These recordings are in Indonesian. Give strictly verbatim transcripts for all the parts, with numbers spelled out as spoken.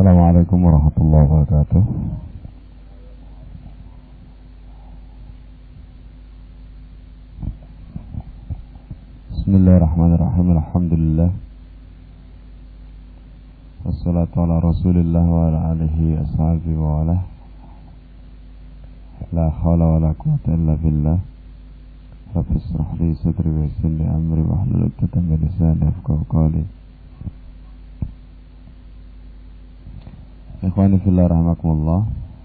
Assalamualaikum warahmatullahi wabarakatuh. Bismillahirrahmanirrahim. Alhamdulillah. Wassalatu ala rasulillah wa ala alihi ashabihi wa ala. La hawla wa la quwwata illa billah. Rabbi ishrah li sadri wa yassir li amri wahlul 'uqdatam min lisani yafqahu qawli. Ikhwani fillah rahimakumullah.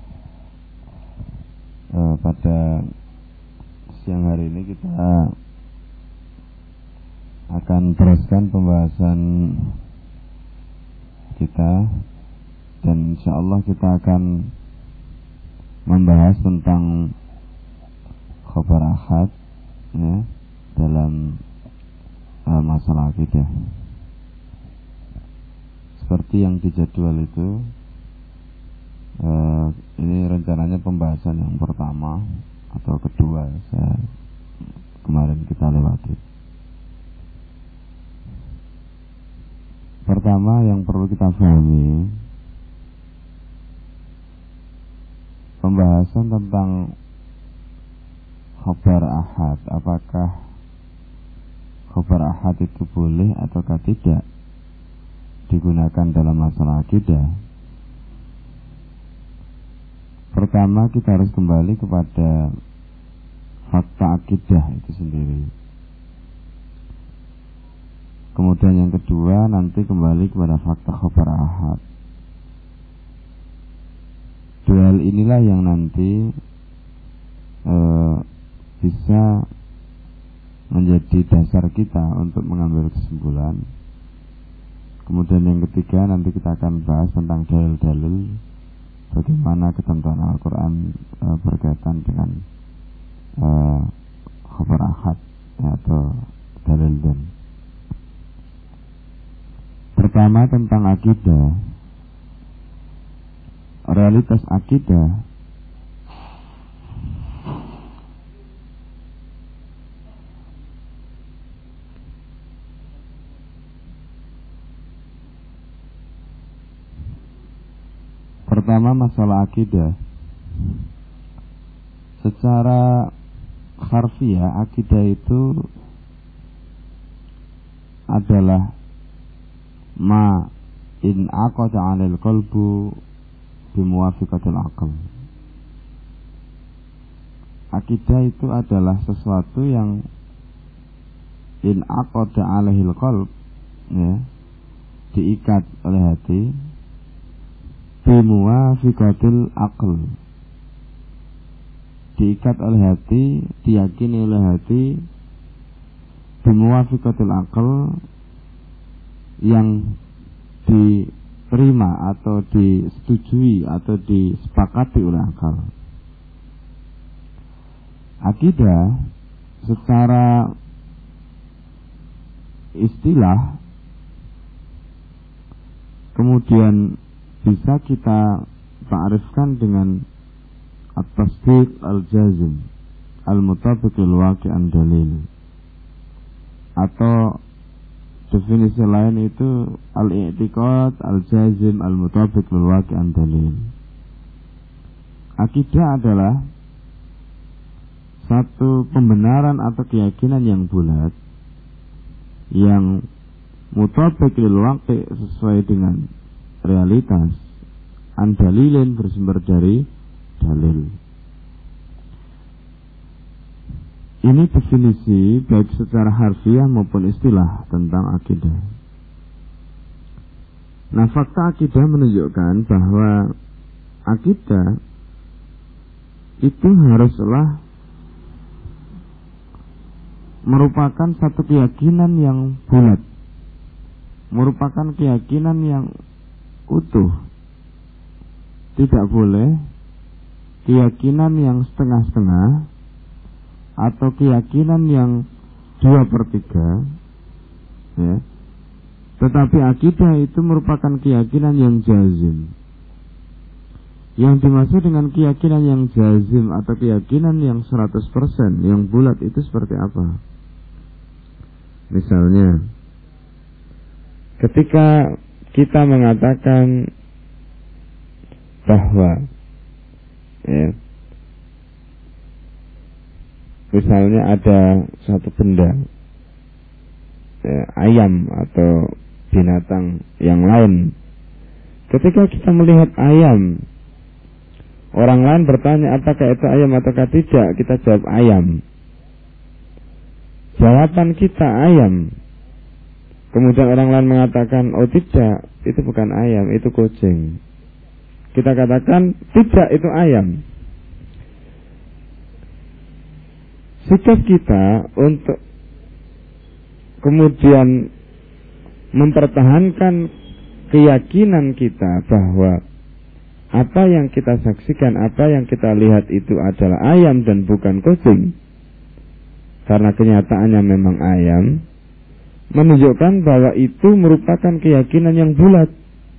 uh, Pada siang hari ini kita akan teruskan pembahasan kita, dan insyaallah kita akan membahas tentang khabar ahad ya, dalam uh, masalah akidah. Seperti yang dijadwal itu, Uh, ini rencananya pembahasan yang pertama atau kedua, saya kemarin kita lewati. Pertama yang perlu kita pahami, pembahasan tentang khabar ahad, apakah khabar ahad itu boleh ataukah tidak digunakan dalam masalah akidah. Pertama kita harus kembali kepada fakta akidah itu sendiri. Kemudian yang kedua nanti kembali kepada fakta khabar ahad. Dua hal inilah yang nanti e, bisa menjadi dasar kita untuk mengambil kesimpulan. Kemudian yang ketiga nanti kita akan bahas tentang dalil-dalil, bagaimana ketentuan Al-Quran e, berkaitan dengan e, khabar ahad ya, atau dalil dan. Pertama tentang akidah, realitas akidah Pertama masalah akidah. Secara harfiah akidah itu adalah ma in aqata 'alal qalbu bimuwafiqatil aql. Akidah itu adalah sesuatu yang in aqata 'alaihil qalb ya, diikat oleh hati bimuwafiqatil aql, diikat oleh hati, diyakini oleh hati, bimuwafiqatil aql, yang diterima atau disetujui atau disepakati oleh akal. Akidah secara istilah kemudian bisa kita ta'rifkan dengan at-tasdiq al-jazim al-mutabiq lil waqi'an dalil, atau definisi lain itu al-i'tiqad al-jazim al-mutabiq lil waqi'an dalil. Akidah adalah satu pembenaran atau keyakinan yang bulat yang mutabiq lil waqi', sesuai dengan realitas, andalilin, bersumber dari dalil. Ini definisi baik secara harfiah maupun istilah tentang akidah. Nah, fakta akidah menunjukkan bahwa akidah itu haruslah merupakan satu keyakinan yang bulat, merupakan keyakinan yang utuh. Tidak boleh keyakinan yang setengah-setengah atau keyakinan yang dua per tiga ya. Tetapi akidah itu merupakan keyakinan yang jazim. Yang dimaksud dengan keyakinan yang jazim atau keyakinan yang seratus persen yang bulat itu seperti apa? Misalnya ketika kita mengatakan bahwa ya, misalnya ada satu benda, ya, ayam atau binatang yang lain. Ketika kita melihat ayam, orang lain bertanya apakah itu ayam ataukah tidak, kita jawab ayam. Jawaban kita ayam. Kemudian orang lain mengatakan, oh tidak, itu bukan ayam, itu kucing. Kita katakan, tidak, itu ayam. Sikap kita untuk kemudian mempertahankan keyakinan kita bahwa apa yang kita saksikan, apa yang kita lihat itu adalah ayam dan bukan kucing, karena kenyataannya memang ayam, menunjukkan bahwa itu merupakan keyakinan yang bulat.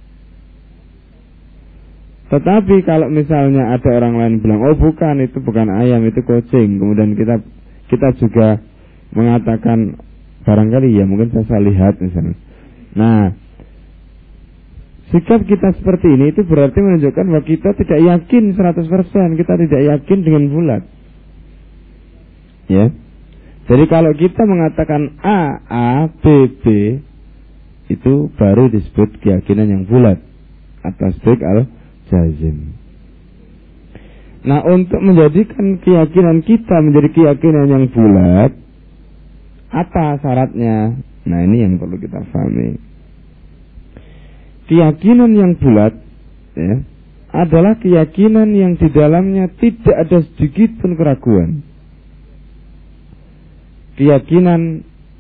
Tetapi kalau misalnya ada orang lain bilang, oh bukan, itu bukan ayam, itu kucing, kemudian kita kita juga mengatakan barangkali ya mungkin saya lihat misalnya. Nah, sikap kita seperti ini itu berarti menunjukkan bahwa kita tidak yakin seratus persen, kita tidak yakin dengan bulat. Ya. Jadi kalau kita mengatakan A, A, B, B, itu baru disebut keyakinan yang bulat atau tasdik al-jazim. Nah, untuk menjadikan keyakinan kita menjadi keyakinan yang bulat, apa syaratnya? Nah, ini yang perlu kita pahami. Keyakinan yang bulat ya, adalah keyakinan yang di dalamnya tidak ada sedikit pun keraguan. Keyakinan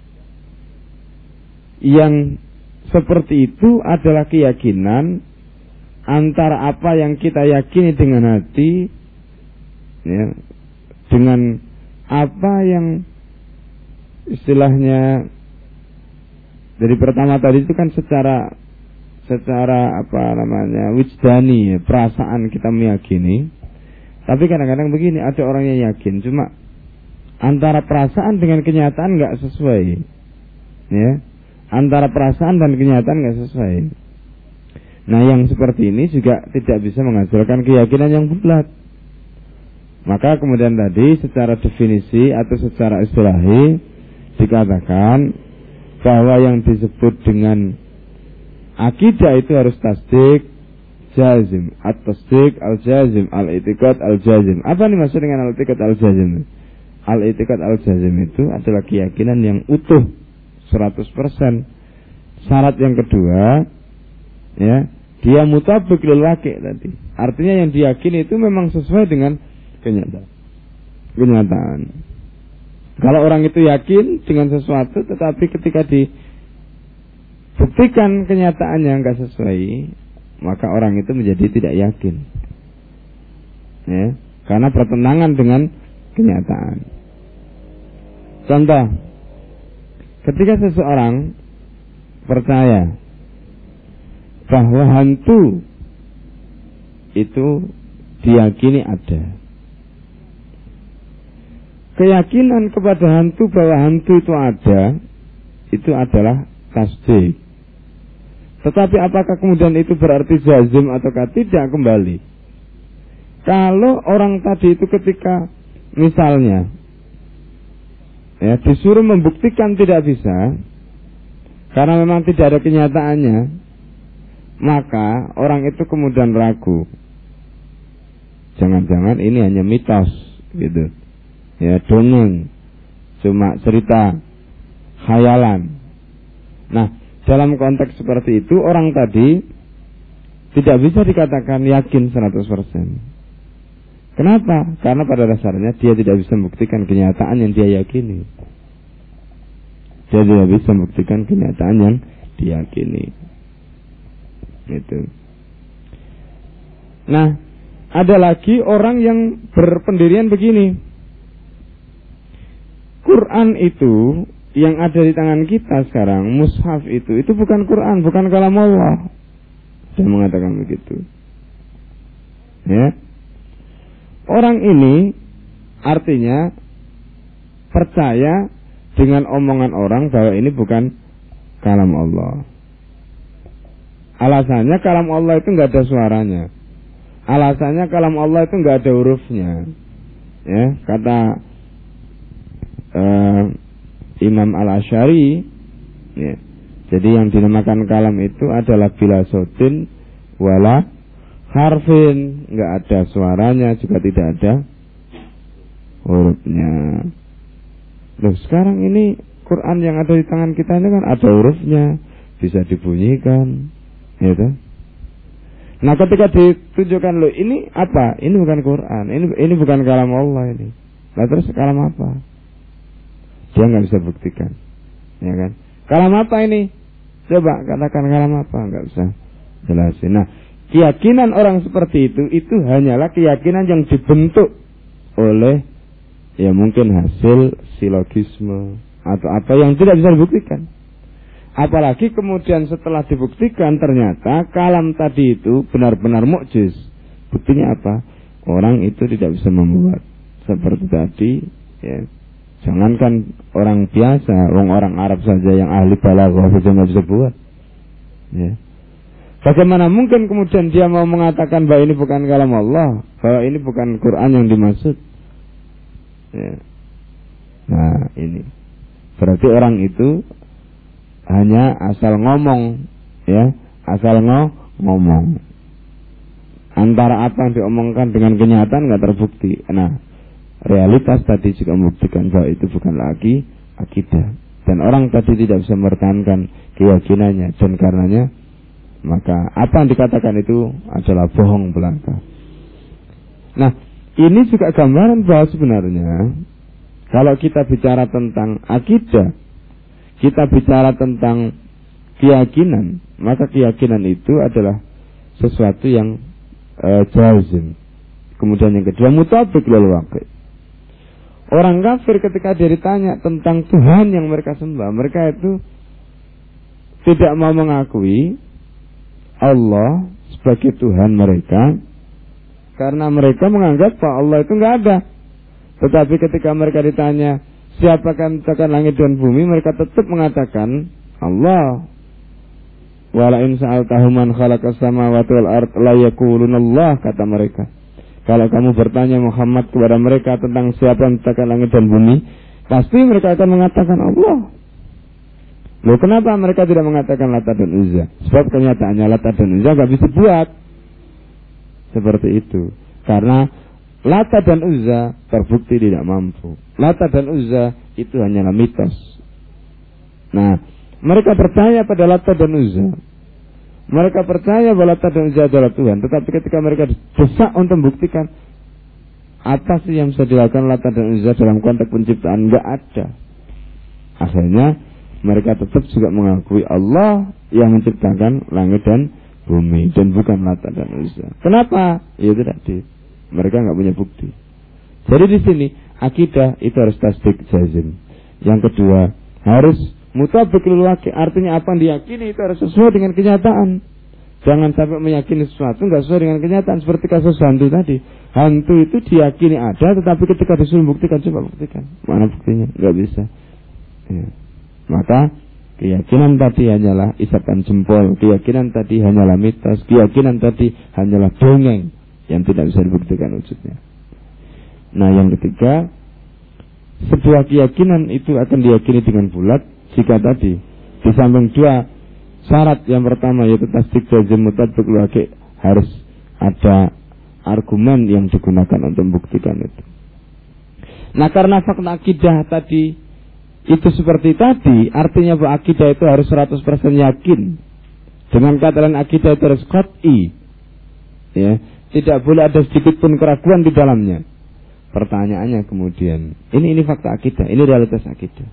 yang seperti itu adalah keyakinan antara apa yang kita yakini dengan hati ya, dengan apa yang istilahnya dari pertama tadi itu kan secara secara apa namanya wijdani ya, perasaan kita meyakini. Tapi kadang-kadang begini, ada orang yang yakin cuma antara perasaan dengan kenyataan nggak sesuai, ya. Antara perasaan dan kenyataan nggak sesuai. Nah, yang seperti ini juga tidak bisa menghasilkan keyakinan yang bulat. Maka kemudian tadi secara definisi atau secara istilahi dikatakan bahwa yang disebut dengan akidah itu harus tasdik jazim, at-tasdik al-jazim, al-i'tiqad al-jazim. Apa nih maksud dengan al-i'tiqad al-jazim? Al-i'tiqad al-jazim itu adalah keyakinan yang utuh seratus persen. Syarat yang kedua, ya, dia mutabik lil waqi' tadi. Artinya yang diyakini itu memang sesuai dengan kenyataan. Kenyataan. Kalau orang itu yakin dengan sesuatu, tetapi ketika dibuktikan kenyataannya enggak sesuai, maka orang itu menjadi tidak yakin. Ya, karena bertentangan dengan kenyataan. Contoh, ketika seseorang percaya bahwa hantu itu diyakini ada, keyakinan kepada hantu bahwa hantu itu ada, itu adalah tasdik. Tetapi apakah kemudian itu berarti jazim ataukah tidak kembali? Kalau orang tadi itu ketika misalnya ya, disuruh membuktikan tidak bisa, karena memang tidak ada kenyataannya, maka orang itu kemudian ragu. Jangan-jangan ini hanya mitos, gitu. Ya, dongeng, cuma cerita khayalan. Nah, dalam konteks seperti itu, orang tadi tidak bisa dikatakan yakin seratus persen. Kenapa? Karena pada dasarnya dia tidak bisa membuktikan kenyataan yang dia yakini. Dia tidak bisa membuktikan kenyataan yang diyakini. Gitu. Nah, ada lagi orang yang berpendirian begini. Quran itu yang ada di tangan kita sekarang, mushaf itu, itu bukan Quran, bukan kalam Allah. Dia mengatakan begitu. Ya. Orang ini artinya percaya dengan omongan orang bahwa ini bukan kalam Allah. Alasannya kalam Allah itu nggak ada suaranya. Alasannya kalam Allah itu nggak ada hurufnya. Ya, kata uh, Imam Al-Asy'ari, ya. Jadi yang dinamakan kalam itu adalah bila sotin wala harfin, nggak ada suaranya, juga tidak ada hurufnya. Loh, sekarang ini Quran yang ada di tangan kita ini kan ada hurufnya, bisa dibunyikan, gitu. Nah, ketika ditunjukkan, loh ini apa? Ini bukan Quran, ini ini bukan kalam Allah ini. Nah, terus kalam apa? Dia nggak bisa buktikan, ya kan? Kalam apa ini? Coba katakan kalam apa? Nggak bisa jelasin. Nah, keyakinan orang seperti itu itu hanyalah keyakinan yang dibentuk oleh ya mungkin hasil silogisme atau apa yang tidak bisa dibuktikan. Apalagi kemudian setelah dibuktikan ternyata kalam tadi itu benar-benar mukjiz. Buktinya apa? Orang itu tidak bisa membuat seperti tadi, ya. Jangankan orang biasa, orang orang Arab saja yang ahli balaghah saja nggak bisa buat. Ya. Bagaimana mungkin kemudian dia mau mengatakan bahwa ini bukan kalam Allah, bahwa ini bukan Quran yang dimaksud? Ya. Nah, ini berarti orang itu hanya asal ngomong, ya, asal ngo ngomong. Antara apa yang diomongkan dengan kenyataan nggak terbukti. Nah, realitas tadi juga membuktikan bahwa itu bukan lagi akidah. Dan orang tadi tidak bisa mempertahankan keyakinannya, dan karenanya maka apa yang dikatakan itu adalah bohong belaka. Nah, ini juga gambaran bahwa sebenarnya kalau kita bicara tentang akidah, kita bicara tentang keyakinan, maka keyakinan itu adalah sesuatu yang e, jazim. Kemudian yang kedua, mutabiq lil waqi'. Orang kafir ketika dia ditanya tentang Tuhan yang mereka sembah, mereka itu tidak mau mengakui Allah sebagai Tuhan mereka, karena mereka menganggap bahwa Allah itu enggak ada. Tetapi ketika mereka ditanya siapakah menciptakan langit dan bumi, mereka tetap mengatakan Allah. Wala in sa'altahum man khalaqas samawati wal ard la yaquluna Allah, kata mereka. Kalau kamu bertanya Muhammad kepada mereka tentang siapa yang menciptakan langit dan bumi, pasti mereka akan mengatakan Allah. Loh, kenapa mereka tidak mengatakan Lata dan Uzza? Sebab kenyataannya Lata dan Uzza gak bisa buat seperti itu. Karena Lata dan Uzza terbukti tidak mampu. Lata dan Uzza itu hanyalah mitos. Nah, mereka percaya pada Lata dan Uzza. Mereka percaya bahwa Lata dan Uzza adalah Tuhan. Tetapi ketika mereka desak untuk membuktikan apa sih yang bisa dilakukan Lata dan Uzza dalam konteks penciptaan, enggak ada. Akhirnya mereka tetap juga mengakui Allah yang menciptakan langit dan bumi, dan bukan Lata dan Uzza. Kenapa? Ya itu tadi, mereka nggak punya bukti. Jadi di sini akidah itu harus tasdik jazim. Yang kedua, harus mutabiq lil waqi', artinya apa yang diyakini itu harus sesuai dengan kenyataan. Jangan sampai meyakini sesuatu nggak sesuai dengan kenyataan, seperti kasus hantu tadi. Hantu itu diyakini ada, tetapi ketika disuruh buktikan, coba buktikan, mana buktinya? Nggak bisa. Ya. Maka keyakinan tadi hanyalah isapan jempol, keyakinan tadi hanyalah mitos, keyakinan tadi hanyalah dongeng yang tidak bisa dibuktikan wujudnya. Nah, yang ketiga, sebuah keyakinan itu akan diyakini dengan bulat jika tadi di samping dua syarat, yang pertama yaitu tasdik jazim mutabiq lil waqi', harus ada argumen yang digunakan untuk membuktikan itu. Nah, karena fakta akidah tadi itu seperti tadi, artinya bahwa akidah itu harus seratus persen yakin. Dengan kata lain, akidah itu harus qat'i. Ya, tidak boleh ada sedikit pun keraguan di dalamnya. Pertanyaannya kemudian, ini ini fakta akidah, ini realitas akidah.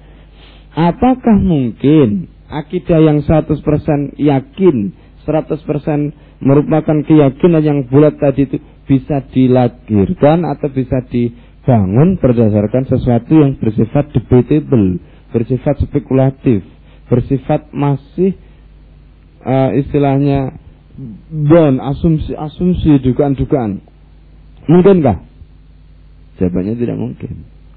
Apakah mungkin akidah yang seratus persen yakin, seratus persen merupakan keyakinan yang bulat tadi itu bisa dilahirkan atau bisa dibangun berdasarkan sesuatu yang bersifat debatable, bersifat spekulatif, bersifat masih uh, istilahnya don, asumsi-asumsi, dugaan-dugaan? Mungkinkah? Jawabannya tidak mungkin.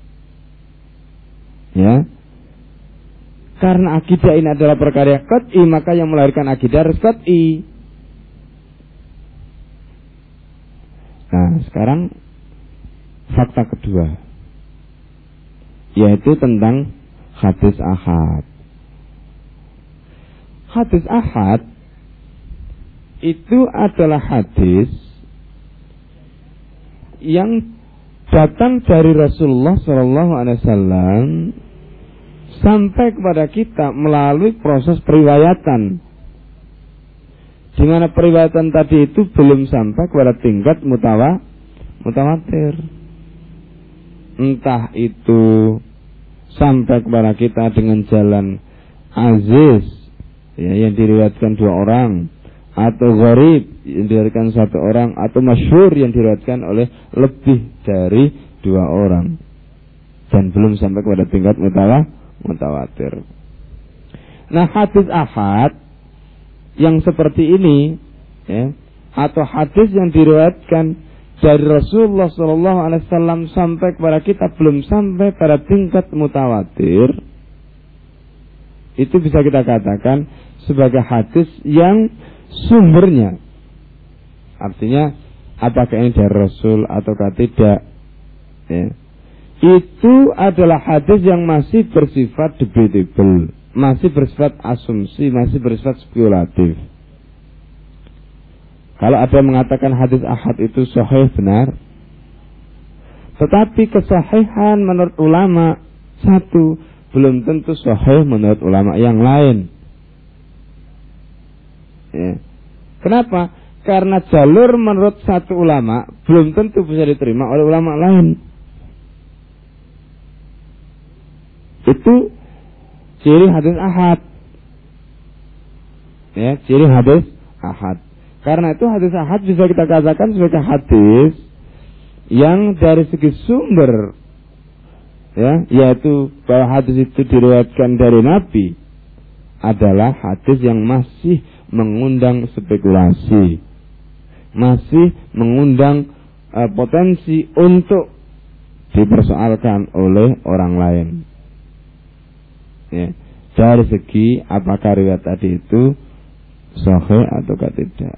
Ya. Karena akidah ini adalah perkara yang qat'i, maka yang melahirkan akidah harus qat'i. Nah, sekarang fakta kedua, yaitu tentang hadis ahad. Hadis ahad itu adalah hadis yang datang dari Rasulullah Shallallahu Alaihi Wasallam sampai kepada kita melalui proses periwayatan, di mana periwayatan tadi itu belum sampai kepada tingkat mutawa, mutawatir. Entah itu sampai kepada kita dengan jalan aziz, ya, yang diriwayatkan dua orang, atau gharib yang diriwayatkan satu orang, atau masyhur yang diriwayatkan oleh lebih dari dua orang, dan belum sampai kepada tingkat mutawa, mutawatir. Nah, hadis ahad yang seperti ini, ya, atau hadis yang diriwayatkan dari Rasulullah Shallallahu Alaihi Wasallam sampai kepada kita belum sampai pada tingkat mutawatir, itu bisa kita katakan sebagai hadis yang sumbernya, artinya apakah ini dari Rasul ataukah tidak, ya, itu adalah hadis yang masih bersifat debatable, masih bersifat asumsi, masih bersifat spekulatif. Kalau ada yang mengatakan hadis ahad itu sahih, benar, tetapi kesahihan menurut ulama satu belum tentu sahih menurut ulama yang lain. Ya. Kenapa? Karena jalur menurut satu ulama belum tentu bisa diterima oleh ulama lain. Itu ciri hadis ahad. Ya, ciri hadis ahad. Karena itu hadis ahad bisa kita katakan sebagai hadis yang dari segi sumber, ya, yaitu bahwa hadis itu diriwayatkan dari Nabi, adalah hadis yang masih mengundang spekulasi, masih mengundang uh, potensi untuk dipersoalkan oleh orang lain, ya, dari segi apakah riwayat tadi itu sahih ataukah tidak.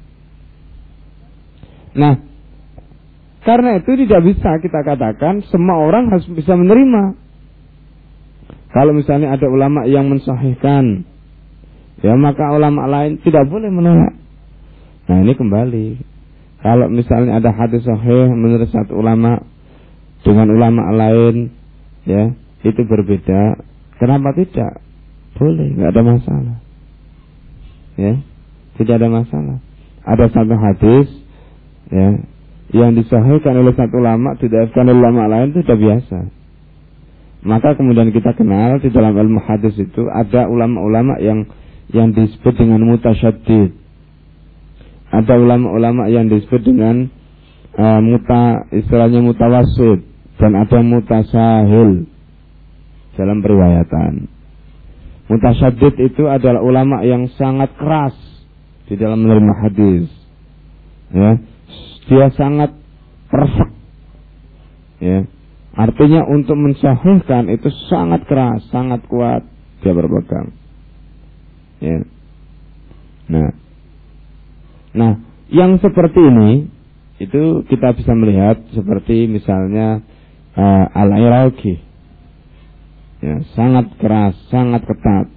Nah, karena itu tidak bisa kita katakan semua orang harus bisa menerima. Kalau misalnya ada ulama yang mensahihkan, ya, maka ulama lain tidak boleh menolak. Nah, ini kembali, kalau misalnya ada hadis sahih menurut satu ulama dengan ulama lain, ya, itu berbeda, kenapa tidak? Boleh, nggak ada masalah, ya, tidak ada masalah. Ada satu hadis, ya, yang disahihkan oleh satu ulama tidak disahihkan oleh ulama lain, itu sudah biasa. Maka kemudian kita kenal di dalam ilmu hadis itu ada ulama-ulama yang yang disebut dengan mutasyaddid, ada ulama-ulama yang disebut dengan uh, muta, istilahnya mutawassit, dan ada mutasahil dalam periwayatan. Mutasyaddid itu adalah ulama yang sangat keras di dalam menerima hadis, ya, dia sangat perfect, ya, artinya untuk mensahihkan itu sangat keras, sangat kuat dia berpegang, ya. Nah, nah, yang seperti ini itu kita bisa melihat seperti misalnya uh, Al-Iraqi, ya, sangat keras, sangat ketat.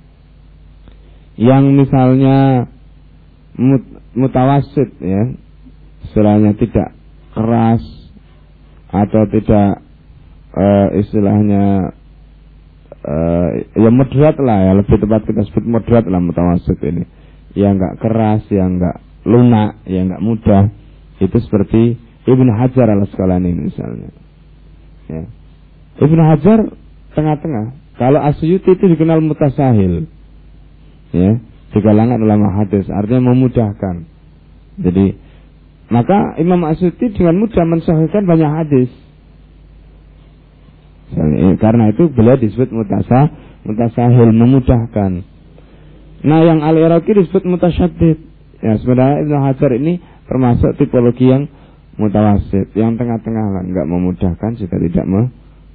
Yang misalnya mut, mutawassit, ya, istilahnya tidak keras atau tidak uh, istilahnya uh, ya moderat lah, ya, lebih tepat kita sebut moderat lah mutawassit ini, yang enggak keras, yang enggak lunak, yang enggak mudah. Itu seperti Ibnu Hajar al-Asqalani misalnya, ya. Ibnu Hajar tengah-tengah. Kalau Asyuti itu dikenal mutasahil, ya, di kalangan ulama hadis, artinya memudahkan. Jadi maka Imam Asyuti dengan mudah mensahihkan banyak hadis. Karena itu beliau disebut mutasah, mutasahil, memudahkan. Nah, yang Al-Iraqi disebut mutasyaddid. Ya, sebenarnya Ibnu Hajar ini termasuk tipologi yang mutawassit, yang tengah-tengah lah, enggak memudahkan juga tidak me,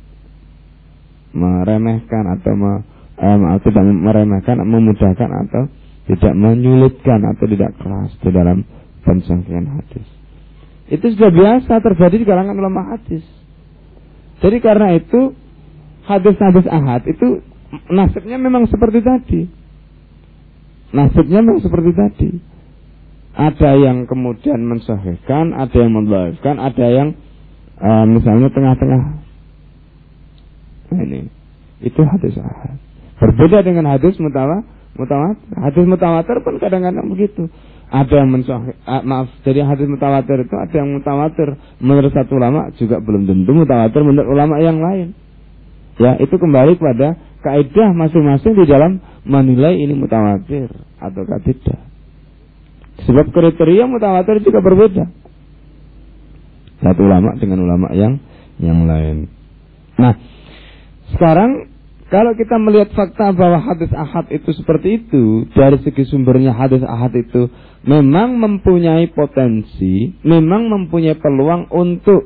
meremehkan atau me, eh, tidak meremehkan, memudahkan atau tidak menyulitkan atau tidak keras di dalam pensahihan hadis. Itu sudah biasa terjadi di kalangan ulama hadis. Jadi karena itu hadis-hadis ahad itu nasibnya memang seperti tadi. Nasibnya memang seperti tadi. Ada yang kemudian mensahihkan, ada yang mendhaifkan, ada yang uh, misalnya tengah-tengah. Nah, ini itu hadis ahad. Berbeda dengan hadis mutawa, mutawatir. Hadis mutawatir pun kadang-kadang begitu. Ada yang mensahih, uh, maaf, jadi hadis mutawatir itu ada yang mutawatir menurut satu ulama juga belum tentu mutawatir menurut ulama yang lain. Ya, itu kembali pada kaidah masing-masing di dalam menilai ini mutawatir ataukah tidak. Sebab kriteria mutawatir juga berbeda. Satu ulama dengan ulama yang yang lain. Nah, sekarang kalau kita melihat fakta bahwa hadis ahad itu seperti itu, dari segi sumbernya hadis ahad itu memang mempunyai potensi, memang mempunyai peluang untuk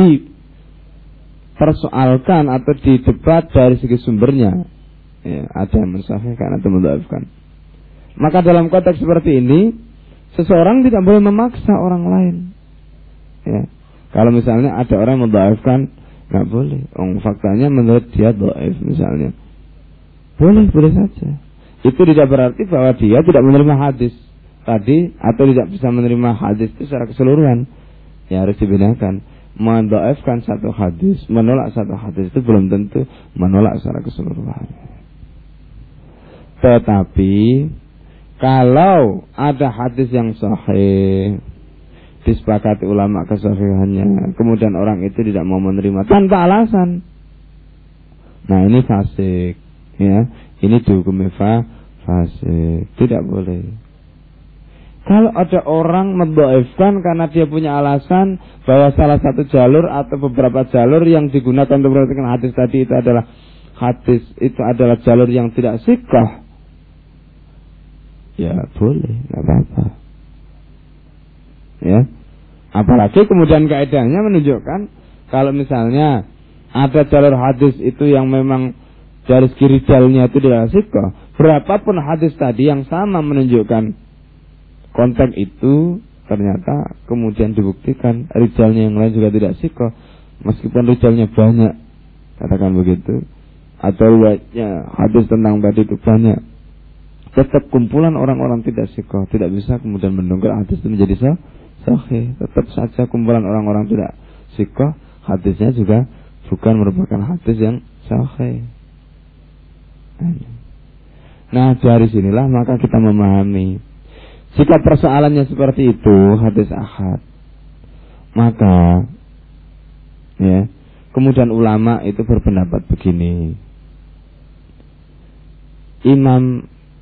dipersoalkan atau didebat dari segi sumbernya. Ya, ada yang mensahihkan atau mendhaifkan. Maka dalam konteks seperti ini, seseorang tidak boleh memaksa orang lain. Ya. Kalau misalnya ada orang yang mendhaifkan, nggak boleh. Oh, faktanya menurut dia dhaif misalnya. Boleh, boleh saja. Itu tidak berarti bahwa dia tidak menerima hadis tadi atau tidak bisa menerima hadis itu secara keseluruhan. Ya, harus dibedakan. Mendhaifkan satu hadis, menolak satu hadis itu belum tentu menolak secara keseluruhan. Tetapi kalau ada hadis yang sahih, disepakati ulama kesahihannya, kemudian orang itu tidak mau menerima tanpa alasan, nah ini fasik, ya, ini dihukumi fasik, tidak boleh. Kalau ada orang mendhaifkan karena dia punya alasan bahwa salah satu jalur atau beberapa jalur yang digunakan untuk memperhatikan hadis tadi itu adalah hadis itu adalah jalur yang tidak sahih, ya boleh, nggak apa-apa. Ya, apalagi kemudian kaidahnya menunjukkan kalau misalnya ada jalur hadis itu yang memang dari segi rijalnya itu tidak sahih, berapapun hadis tadi yang sama menunjukkan konteks itu ternyata kemudian dibuktikan rijalnya yang lain juga tidak sahih, meskipun rijalnya banyak, katakan begitu, atau riwayatnya hadis tentang tadi itu banyak, tetap kumpulan orang-orang tidak sahih tidak bisa kemudian mendongkrak hadis itu menjadi sahih. Sahih, tetap saja kumpulan orang-orang tidak sahih, hadisnya juga bukan merupakan hadis yang sahih. Nah, dari sinilah maka kita memahami jika persoalannya seperti itu hadis ahad, maka ya, kemudian ulama itu berpendapat begini. Imam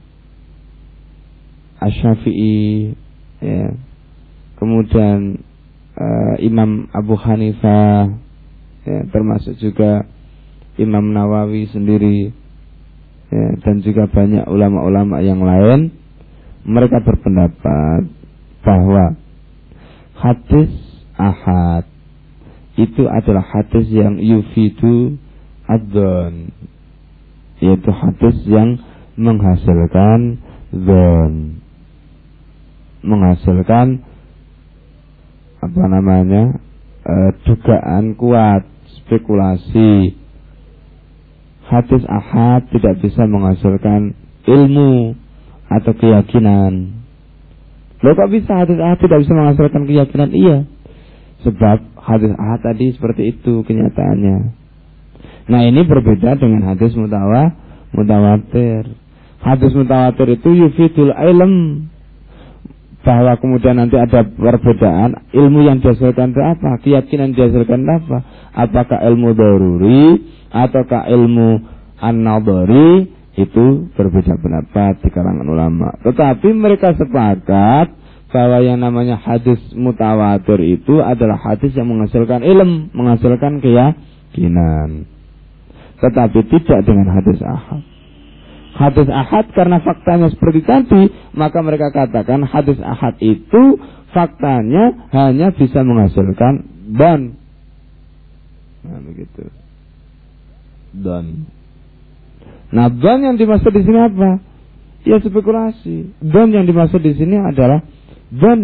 Asy-Syafi'i, ya, kemudian uh, Imam Abu Hanifah, ya, termasuk juga Imam Nawawi sendiri, ya, dan juga banyak ulama-ulama yang lain, mereka berpendapat bahwa hadis ahad itu adalah hadis yang yufidu adzon, yaitu hadis yang menghasilkan dzon, menghasilkan apa namanya e, dugaan kuat, spekulasi. Hadis ahad tidak bisa menghasilkan ilmu atau keyakinan. Loh, kok bisa hadis ahad tidak bisa menghasilkan keyakinan? Iya, sebab hadis ahad tadi seperti itu kenyataannya. Nah, ini berbeda dengan hadis mutawa mutawatir. Hadis mutawatir itu yufidul ilm, bahwa kemudian nanti ada perbedaan ilmu yang dihasilkan itu apa, keyakinan dihasilkan apa, apakah ilmu daruri ataukah ilmu an-nadhari, itu berbeda pendapat di kalangan ulama. Tetapi mereka sepakat bahwa yang namanya hadis mutawatir itu adalah hadis yang menghasilkan ilmu, menghasilkan keyakinan. Tetapi tidak dengan hadis ahad. Hadis ahad karena faktanya seperti tadi, maka mereka katakan hadis ahad itu faktanya hanya bisa menghasilkan dan. Nah, begitu. Dan. Nah, dan yang dimaksud di sini apa? Ya spekulasi. Dan yang dimaksud di sini adalah dan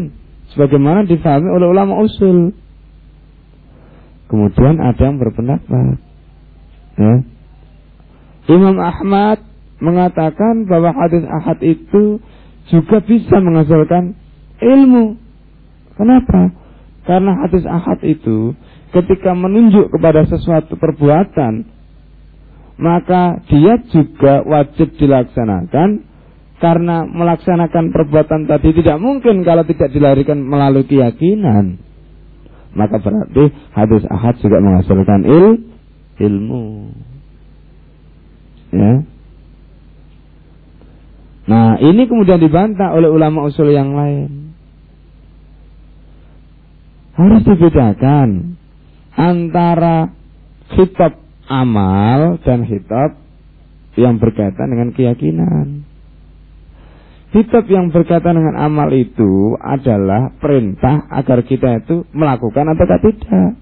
sebagaimana difahami oleh ulama usul. Kemudian ada yang berpendapat, ya, Imam Ahmad mengatakan bahwa hadis ahad itu juga bisa menghasilkan ilmu. Kenapa? Karena hadis ahad itu ketika menunjuk kepada sesuatu perbuatan, maka dia juga wajib dilaksanakan, karena melaksanakan perbuatan tadi tidak mungkin kalau tidak dilahirkan melalui keyakinan. Maka berarti hadis ahad juga menghasilkan il, ilmu. Ya. Nah, ini kemudian dibantah oleh ulama usul yang lain. Harus dibedakan antara khitab amal dan khitab yang berkaitan dengan keyakinan. Khitab yang berkaitan dengan amal itu adalah perintah agar kita itu melakukan atau tidak.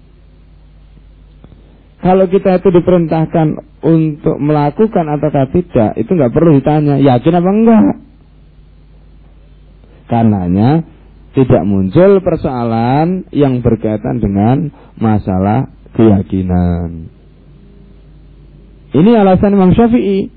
Kalau kita itu diperintahkan untuk melakukan atau tidak, itu nggak perlu ditanya yakin apa enggak. Karenanya tidak muncul persoalan yang berkaitan dengan masalah keyakinan. Ini alasan Imam Syafi'i.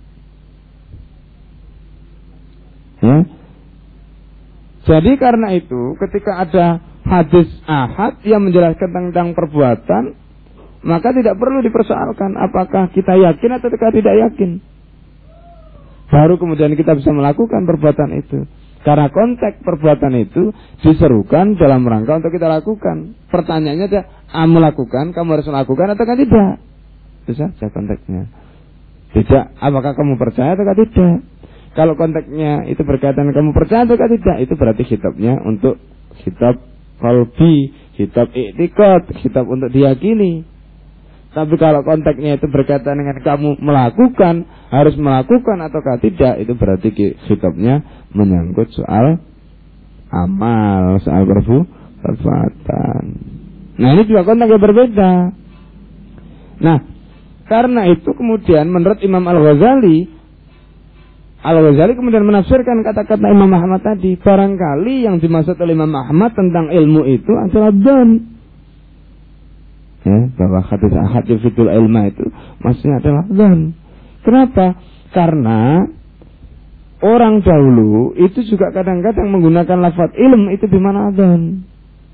Ya. Jadi karena itu ketika ada hadis ahad yang menjelaskan tentang perbuatan, maka tidak perlu dipersoalkan apakah kita yakin atau tidak yakin. Baru kemudian kita bisa melakukan perbuatan itu. Karena konteks perbuatan itu diserukan dalam rangka untuk kita lakukan. Pertanyaannya adalah, ah, melakukan, kamu harus melakukan atau tidak? Itu saja konteksnya. Tidak, apakah kamu percaya atau tidak? Kalau konteksnya itu berkaitan kamu percaya atau tidak, itu berarti khitabnya untuk khitab qalbi, khitab i'tiqad, khitab untuk diyakini. Tapi kalau konteksnya itu berkaitan dengan kamu melakukan, harus melakukan ataukah tidak, itu berarti khitabnya menyangkut soal amal, soal perbuatan. Nah, ini juga konteks yang berbeda. Nah, karena itu kemudian menurut Imam Al-Ghazali, Al-Ghazali kemudian menafsirkan kata-kata Imam Ahmad tadi, barangkali yang dimaksud oleh Imam Ahmad tentang ilmu itu adalah dzan. Ya, bahwa hadis ahad yufidul ilma itu maksudnya adalah dzan. Kenapa? Karena orang dahulu itu juga kadang-kadang menggunakan lafaz ilm itu bimana dzan.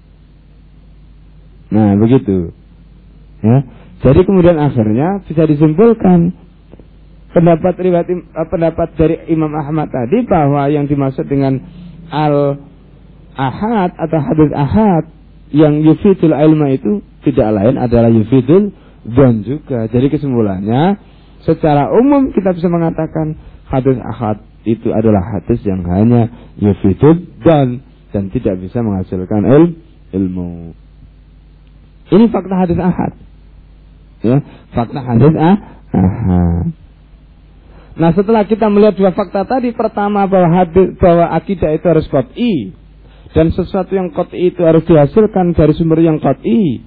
Nah, begitu. Ya. Jadi kemudian akhirnya bisa disimpulkan pendapat riwayat pendapat dari Imam Ahmad tadi bahwa yang dimaksud dengan al ahad atau hadis ahad yang yufidul ilma itu tidak lain adalah yufidul dzan juga. Jadi kesimpulannya secara umum kita bisa mengatakan hadis ahad itu adalah hadis yang hanya yufidul dzan dan tidak bisa menghasilkan il, ilmu. Ini fakta hadis ahad. Ya, fakta hadis ah, ahad. Nah, setelah kita melihat dua fakta tadi, pertama bahwa hadis bahwa akidah itu harus qat'i dan sesuatu yang qat'i itu harus dihasilkan dari sumber yang qat'i.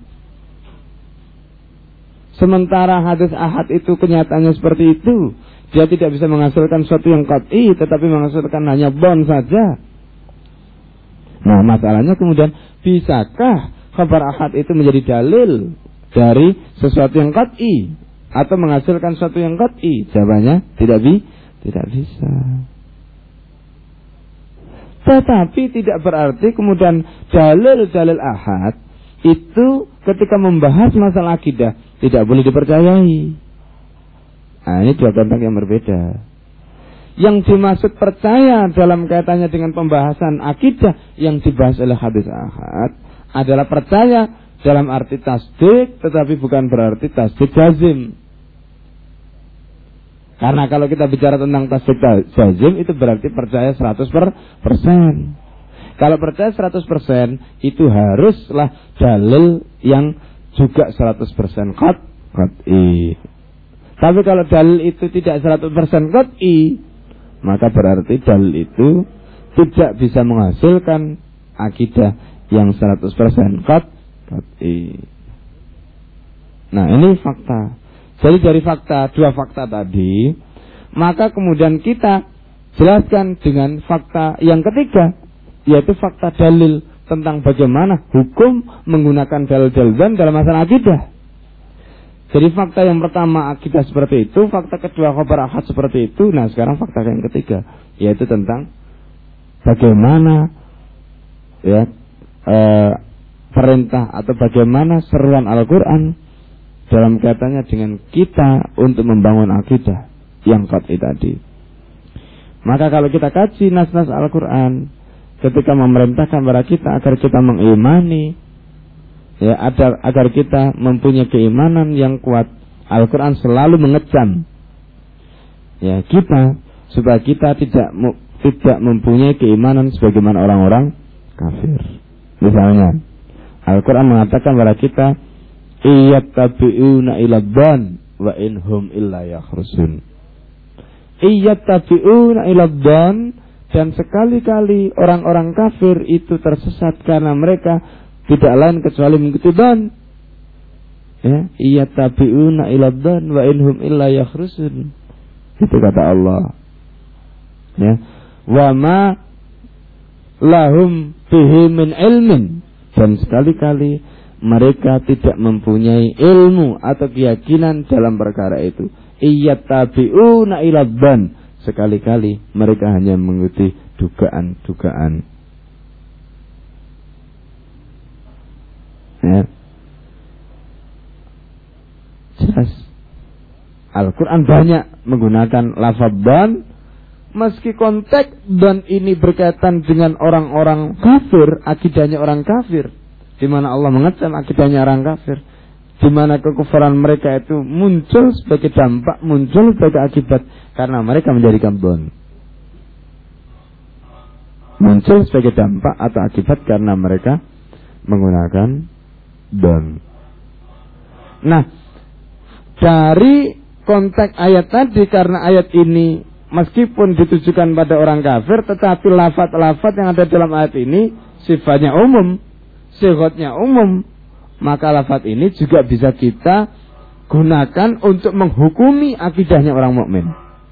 Sementara hadis ahad itu kenyataannya seperti itu, dia tidak bisa menghasilkan sesuatu yang qat'i, tetapi menghasilkan hanya bon saja. Nah, masalahnya kemudian bisakah khabar ahad itu menjadi dalil dari sesuatu yang qat'i atau menghasilkan sesuatu yang qat'i? Jawabannya tidak bi, tidak bisa. Tetapi tidak berarti kemudian dalil-dalil ahad itu ketika membahas masalah akidah tidak boleh dipercayai. Nah, ini dua konteks yang berbeda. Yang dimaksud percaya dalam kaitannya dengan pembahasan akidah yang dibahas oleh hadis ahad adalah percaya dalam arti tasdik, tetapi bukan berarti tasdik jazim. Karena kalau kita bicara tentang tasdik jazim, itu berarti percaya seratus persen. Kalau percaya seratus persen, itu haruslah dalil yang juga seratus persen qat'i. Tapi kalau dalil itu tidak seratus persen qat'i, maka berarti dalil itu tidak bisa menghasilkan akidah yang seratus persen qat'i. Nah, ini fakta. Jadi dari fakta, dua fakta tadi, maka kemudian kita jelaskan dengan fakta yang ketiga, yaitu fakta dalil tentang bagaimana hukum menggunakan dalil-dalil dzan dalam masalah akidah. Jadi fakta yang pertama akidah seperti itu, fakta kedua khabar ahad seperti itu. Nah sekarang fakta yang ketiga, yaitu tentang bagaimana ya e, perintah atau bagaimana seruan Al-Quran dalam kaitannya dengan kita untuk membangun akidah yang qat'i tadi. Maka kalau kita kaji nas-nas Al-Quran ketika memerintahkan kepada kita agar kita mengimani, ya, agar, agar kita mempunyai keimanan yang kuat, Al-Quran selalu mengecam ya kita supaya kita tidak tidak mempunyai keimanan sebagaimana orang-orang kafir. Misalnya Al-Quran mengatakan kepada kita, iyattabi'una ila dhan wa inhum illa yakhrusun. Iyattabi'una ila dhan, dan sekali-kali orang-orang kafir itu tersesat karena mereka tidak lain kecuali mengikuti dhan. Ya, iyattabi'una ila dhan wa inhum illa yakhrusun. Itu kata Allah. Ya, wa ma lahum bihi min ilmin, dan sekali-kali mereka tidak mempunyai ilmu atau keyakinan dalam perkara itu. Iyattabi'una ila dhan, sekali-kali mereka hanya mengikuti dugaan-dugaan. Ya. Jelas Al-Quran banyak menggunakan lafaz dhan, meski konteks dhan ini berkaitan dengan orang-orang kafir, akidahnya orang kafir, di mana Allah mengecam akidahnya orang kafir, di mana kekufuran mereka itu muncul sebagai dampak, muncul sebagai akibat karena mereka menjadikan dhan. Muncul sebagai dampak atau akibat karena mereka menggunakan dhan. Nah, dari konteks ayat tadi, karena ayat ini meskipun ditujukan pada orang kafir, tetapi lafaz-lafaz yang ada dalam ayat ini sifatnya umum, sifatnya umum, maka lafaz ini juga bisa kita gunakan untuk menghukumi akidahnya orang mukmin.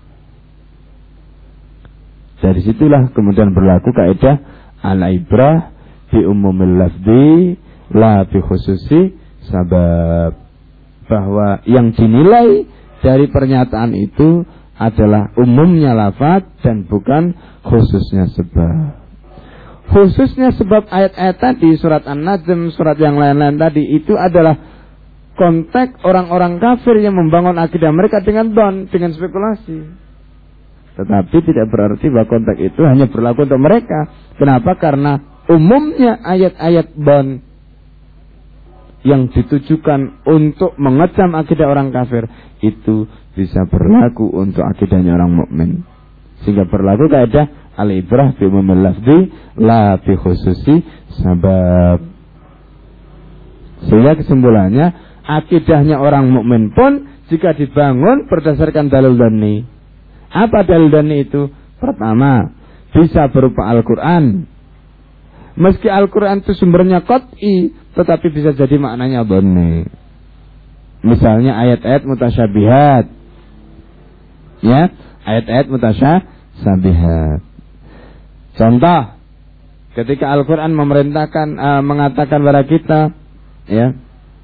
Dari situlah kemudian berlaku kaidah al-ibrah bi umumil lafzi la bi khususi sabab, bahwa yang dinilai dari pernyataan itu adalah umumnya lafaz dan bukan khususnya sebab. Khususnya sebab ayat-ayat tadi, surat An-Najm, surat yang lain-lain tadi, itu adalah konteks orang-orang kafir yang membangun akidah mereka dengan dhan, dengan spekulasi. Tetapi tidak berarti bahwa konteks itu hanya berlaku untuk mereka. Kenapa? Karena umumnya ayat-ayat dhan yang ditujukan untuk mengecam akidah orang kafir itu bisa berlaku untuk akidahnya orang mukmin. Sehingga berlaku kaidah al-ibrah bi umumil lafzi la bi khususi sabab. Sehingga kesimpulannya akidahnya orang mukmin pun jika dibangun berdasarkan dalil dhanni. Apa dalil dhanni itu? Pertama, bisa berupa Al-Quran. Meski Al-Quran itu sumbernya qat'i, tetapi bisa jadi maknanya dhanni. Misalnya ayat-ayat mutasyabihat. Ya, ayat-ayat mutasyabihat. Contoh, ketika Al-Quran memerintahkan uh, mengatakan kepada kita, ya,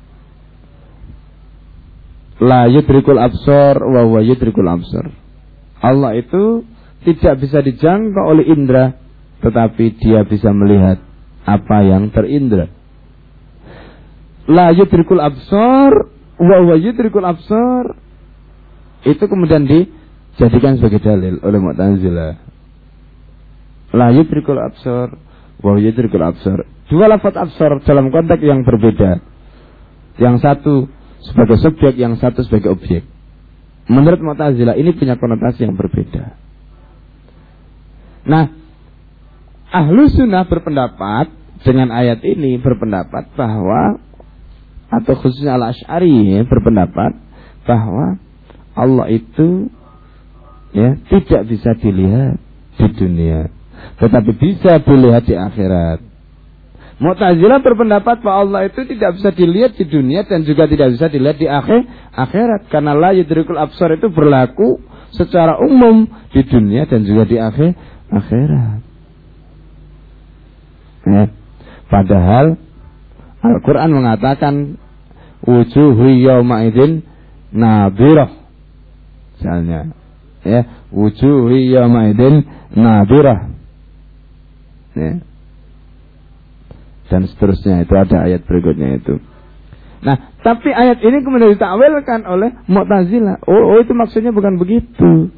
la yudrikul absar wa huwa yudrikul absar. Allah itu tidak bisa dijangkau oleh indera, tetapi dia bisa melihat apa yang terindra. La yudrikul absar wa huwa yudrikul absar, itu kemudian dijadikan sebagai dalil oleh Mu'tazilah. La yudrikul absar wa huwa yudrikul absar. Dua lafaz absar dalam konteks yang berbeda. Yang satu sebagai subjek, yang satu sebagai objek. Menurut Mu'tazilah ini punya konotasi yang berbeda. Nah, Ahlu Sunnah berpendapat dengan ayat ini, berpendapat bahwa, atau khususnya Al-Asy'ari berpendapat bahwa Allah itu ya tidak bisa dilihat di dunia, tetapi bisa dilihat di akhirat. Mu'tazilah berpendapat bahwa Allah itu tidak bisa dilihat di dunia dan juga tidak bisa dilihat di akhir, akhirat. Karena la yudrikul absar itu berlaku secara umum di dunia dan juga di akhir, akhirat. Ya. Padahal Al-Quran mengatakan wujuhu yawma idzin nadhirah. Misalnya, ya, wujuhu yawma idzin nadhirah. Ya. Dan seterusnya, itu ada ayat berikutnya itu. Nah, tapi ayat ini kemudian ditakwilkan oleh Mu'tazilah. Oh, oh, itu maksudnya bukan begitu.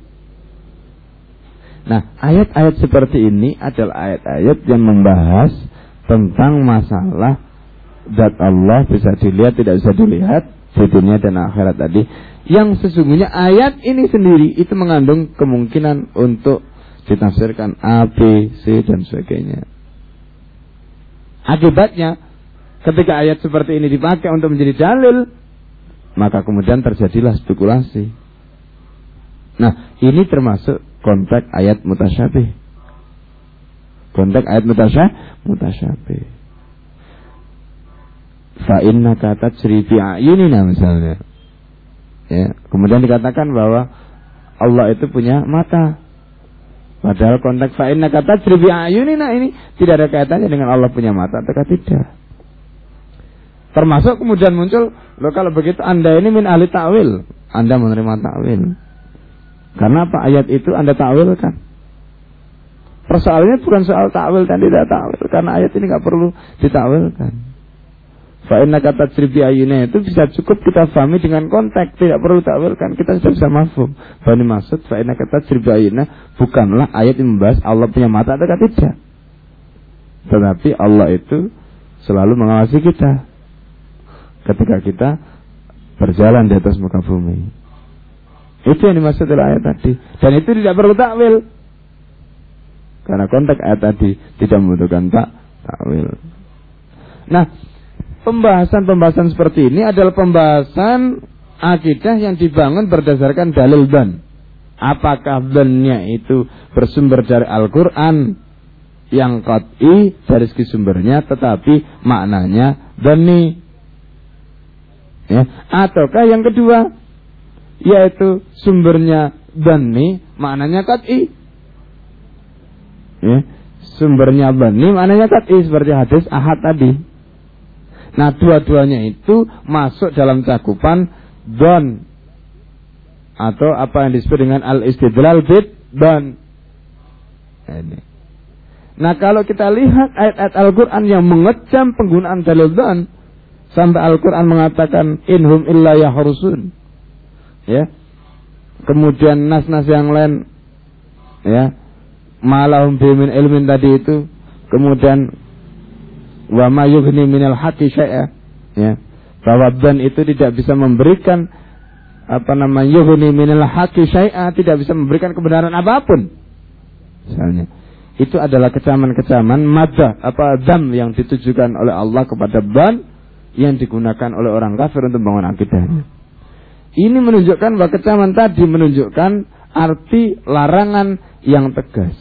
Nah, ayat-ayat seperti ini adalah ayat-ayat yang membahas tentang masalah zat Allah bisa dilihat, tidak bisa dilihat di dunia dan akhirat tadi. Yang sesungguhnya ayat ini sendiri itu mengandung kemungkinan untuk ditafsirkan A, B, C dan sebagainya. Akibatnya, ketika ayat seperti ini dipakai untuk menjadi dalil, maka kemudian terjadilah spekulasi. Nah, ini termasuk konteks ayat mutasyabih. Konteks ayat mutasyabih, mutasyabih. Fa innaka tajri fi a'yunina misalnya. Ya, kemudian dikatakan bahwa Allah itu punya mata. Padahal konteks fa innaka tajri fi a'yunina ini tidak ada kaitannya dengan Allah punya mata atau tidak. Termasuk kemudian muncul, loh kalau begitu Anda ini min ahli ta'wil, Anda menerima ta'wil. Karena apa? Ayat itu Anda ta'wilkan. Persoalannya bukan soal ta'wil dan tidak ta'wil, karena ayat ini nggak perlu dita'wilkan. Fa innaka tajri bi ayyunina itu bisa cukup kita pahami dengan konteks, tidak perlu ta'wilkan. Kita sudah bisa mafhum. Bahwa maksud fa innaka tajri bi ayyunina bukanlah ayat yang membahas Allah punya mata atau tidak. Tetapi Allah itu selalu mengawasi kita ketika kita berjalan di atas muka bumi. Itu yang dimaksud oleh ayat tadi. Dan itu tidak perlu takwil, karena konteks ayat tadi tidak membutuhkan tak takwil. Nah, pembahasan-pembahasan seperti ini adalah pembahasan akidah yang dibangun berdasarkan dalil dan. Apakah dan-nya itu bersumber dari Al-Quran yang qat'i dari segi sumbernya, tetapi maknanya dani, ya, ataukah yang kedua, yaitu sumbernya dani, maknanya qat'i, ya, sumbernya dani, maknanya qat'i, seperti hadis ahad tadi. Nah, dua-duanya itu masuk dalam cakupan don, atau apa yang disebut dengan al-istidlal bid don. Ini. Nah, kalau kita lihat ayat-ayat Al-Quran yang mengecam penggunaan dalil don, sampai Al-Quran mengatakan inhum illa yahrusun, ya, kemudian nas-nas yang lain, ya, malahum bimin ilmin tadi itu, kemudian wa ma yughni minal haqqi syai'a, ya, bahwa dan itu tidak bisa memberikan apa namanya yughni minal haqqi syai'a, tidak bisa memberikan kebenaran apapun. Misalnya, itu adalah kecaman-kecaman maddah apa dzam yang ditujukan oleh Allah kepada dan yang digunakan oleh orang kafir untuk membangun akidahnya. Ini menunjukkan bahwa kecaman tadi menunjukkan arti larangan yang tegas.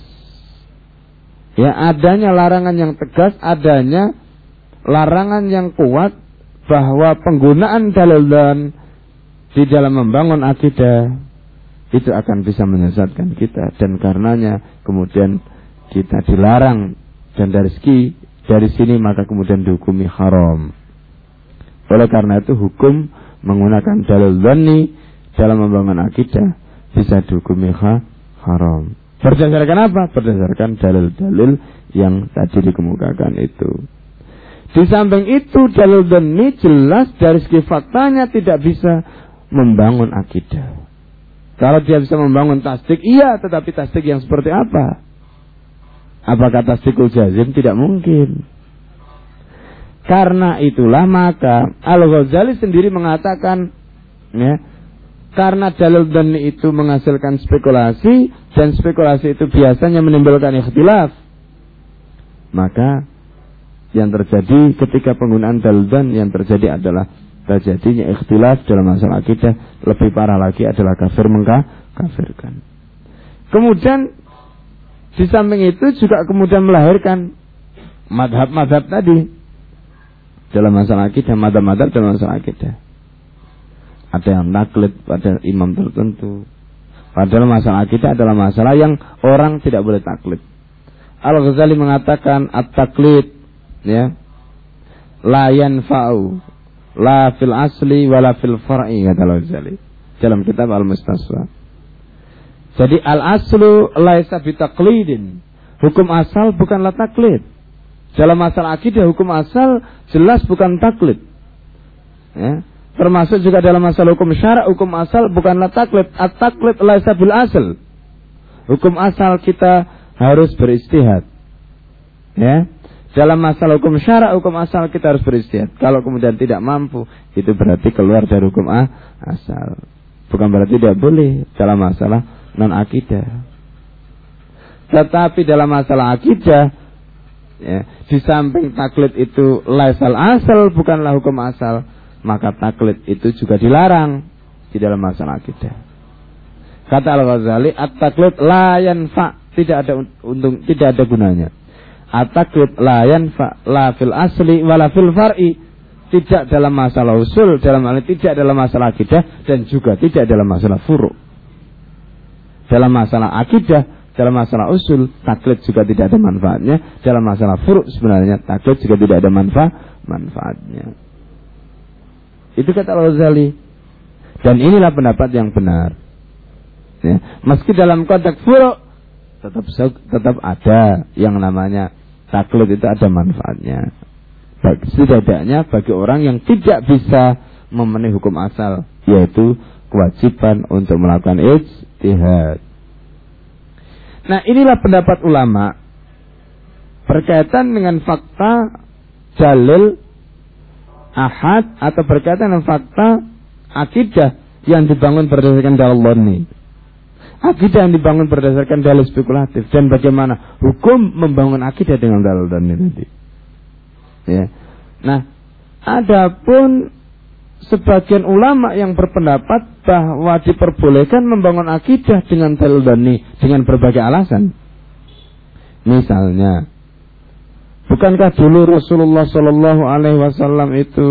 Ya, adanya larangan yang tegas, adanya larangan yang kuat bahwa penggunaan dalil dan di dalam membangun akidah itu akan bisa menyesatkan kita, dan karenanya kemudian kita dilarang, dan dari segi dari sini maka kemudian dihukumi haram. Oleh karena itu hukum menggunakan dalil dhanni dalam membangun akidah bisa dihukumi ha, haram. Berdasarkan apa? Berdasarkan dalil-dalil yang tadi dikemukakan itu. Di samping itu dalil dhanni jelas dari segi faktanya tidak bisa membangun akidah. Kalau dia bisa membangun tasdik, iya, tetapi tasdik yang seperti apa? Apakah tasdikul jazim? Tidak mungkin. Karena itulah maka Al-Ghazali sendiri mengatakan, ya, karena dalil dhanni itu menghasilkan spekulasi, dan spekulasi itu biasanya menimbulkan ikhtilaf, maka yang terjadi ketika penggunaan dalil dhanni yang terjadi adalah terjadinya ikhtilaf dalam masalah akidah. Lebih parah lagi adalah kafir mengkafirkan. Kemudian di samping itu juga kemudian melahirkan madhab-madhab tadi dalam masalah akidah, madhab-madhab dalam masalah akidah. Ada yang taklid pada imam tertentu, padahal masalah akidah adalah masalah yang orang tidak boleh taklid. Al-Ghazali mengatakan at-taklid ya, la yanfa'u la fil asli wala fil far'i, kata Al-Ghazali dalam kitab Al-Mustasfa. Jadi al-aslu laisa bitaqlidin. Hukum asal bukanlah taklid. Dalam masalah akidah hukum asal jelas bukan taklid. Ya. Termasuk juga dalam masalah hukum syara, hukum asal bukanlah taklid. At-taklid laisa bil asal. Hukum asal kita harus beristihad. Ya. Dalam masalah hukum syara, hukum asal kita harus beristihad. Kalau kemudian tidak mampu, itu berarti keluar dari hukum asal. Bukan berarti tidak boleh dalam masalah non akidah. Tetapi dalam masalah akidah, ya, di samping taklid itu laisal asal, bukanlah hukum asal, maka taklid itu juga dilarang di dalam masalah akidah. Kata Al-Ghazali, at-taklid la yanfa, tidak ada untung, tidak ada gunanya. At-taklid la yanfa la fil asli wala fil far'i, tidak dalam masalah usul, dalam hal ini tidak dalam masalah akidah, dan juga tidak dalam masalah furu'. Dalam masalah akidah, dalam masalah usul, taklid juga tidak ada manfaatnya. Dalam masalah furu' sebenarnya taklid juga tidak ada manfaat manfaatnya. Itu kata Al-Ghazali. Dan inilah pendapat yang benar. Ya. Meski dalam konteks furu' tetap tetap ada yang namanya taklid, itu ada manfaatnya. Setidaknya bagi orang yang tidak bisa memenuhi hukum asal, yaitu kewajiban untuk melakukan ijtihad. Nah, inilah pendapat ulama berkaitan dengan fakta dalil ahad atau berkaitan dengan fakta akidah yang dibangun berdasarkan dalil dhanni. Akidah yang dibangun berdasarkan dalil spekulatif, dan bagaimana hukum membangun akidah dengan dalil dhanni tadi. Ya. Nah, adapun sebagian ulama yang berpendapat bahwa diperbolehkan membangun akidah dengan dalil dhanni dengan berbagai alasan. Misalnya, bukankah dulu Rasulullah Shallallahu Alaihi Wasallam itu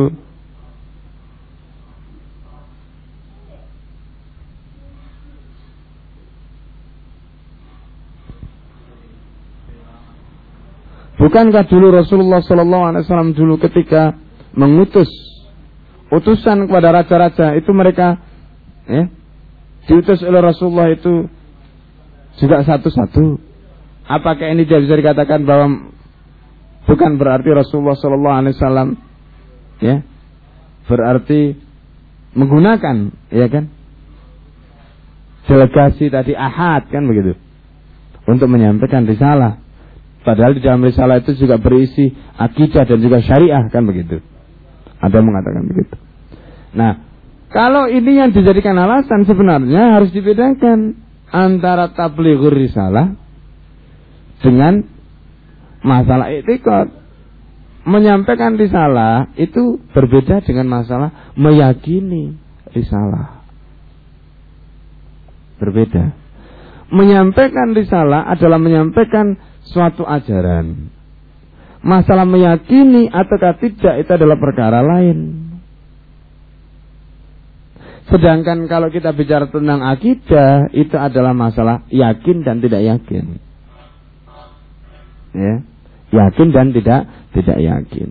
Bukankah dulu Rasulullah Shallallahu Alaihi Wasallam dulu ketika mengutus utusan kepada raja-raja itu mereka, ya, diutus oleh Rasulullah itu juga satu-satu? Apakah ini tidak bisa dikatakan bahwa bukan berarti Rasulullah Shallallahu Alaihi Wasallam, ya, berarti menggunakan, ya kan, delegasi tadi ahad, kan begitu, untuk menyampaikan risalah. Padahal di dalam risalah itu juga berisi akidah dan juga syariah, kan begitu. Ada mengatakan begitu. Nah, kalau ini yang dijadikan alasan, sebenarnya harus dibedakan antara tablighur risalah dengan masalah i'tiqad. Menyampaikan risalah itu berbeda dengan masalah meyakini risalah. Berbeda. Menyampaikan risalah adalah menyampaikan suatu ajaran. Masalah meyakini ataukah tidak itu adalah perkara lain. Sedangkan kalau kita bicara tentang akidah, itu adalah masalah yakin dan tidak yakin. Ya, yakin dan tidak tidak yakin.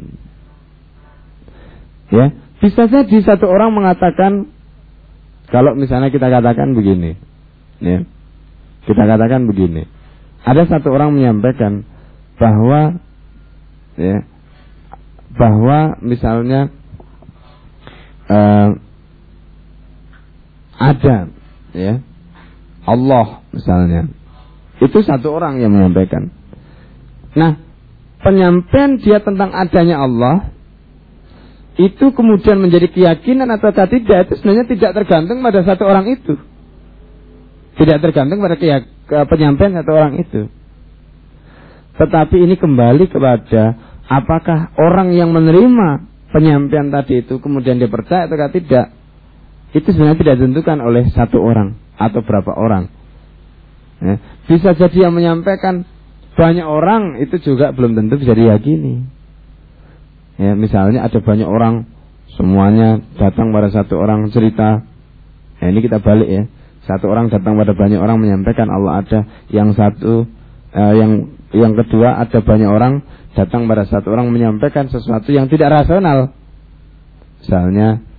Ya, bisa jadi satu orang mengatakan, kalau misalnya kita katakan begini, ya, kita katakan begini, ada satu orang menyampaikan bahwa, ya, bahwa misalnya uh, ada, ya, Allah misalnya, itu satu orang yang menyampaikan. Nah, penyampaian dia tentang adanya Allah itu kemudian menjadi keyakinan atau tidak, itu sebenarnya tidak tergantung pada satu orang itu. Tidak tergantung pada keyak- ke penyampaian satu orang itu. Tetapi ini kembali kepada apakah orang yang menerima penyampaian tadi itu kemudian dia percaya atau tidak. Itu sebenarnya tidak ditentukan oleh satu orang atau berapa orang. Ya. Bisa jadi yang menyampaikan banyak orang, itu juga belum tentu bisa diyakini. Ya, misalnya ada banyak orang, semuanya datang pada satu orang cerita. Ya, ini kita balik ya. Satu orang datang pada banyak orang menyampaikan Allah ada, yang satu uh, yang yang kedua, ada banyak orang datang pada satu orang menyampaikan sesuatu yang tidak rasional. Misalnya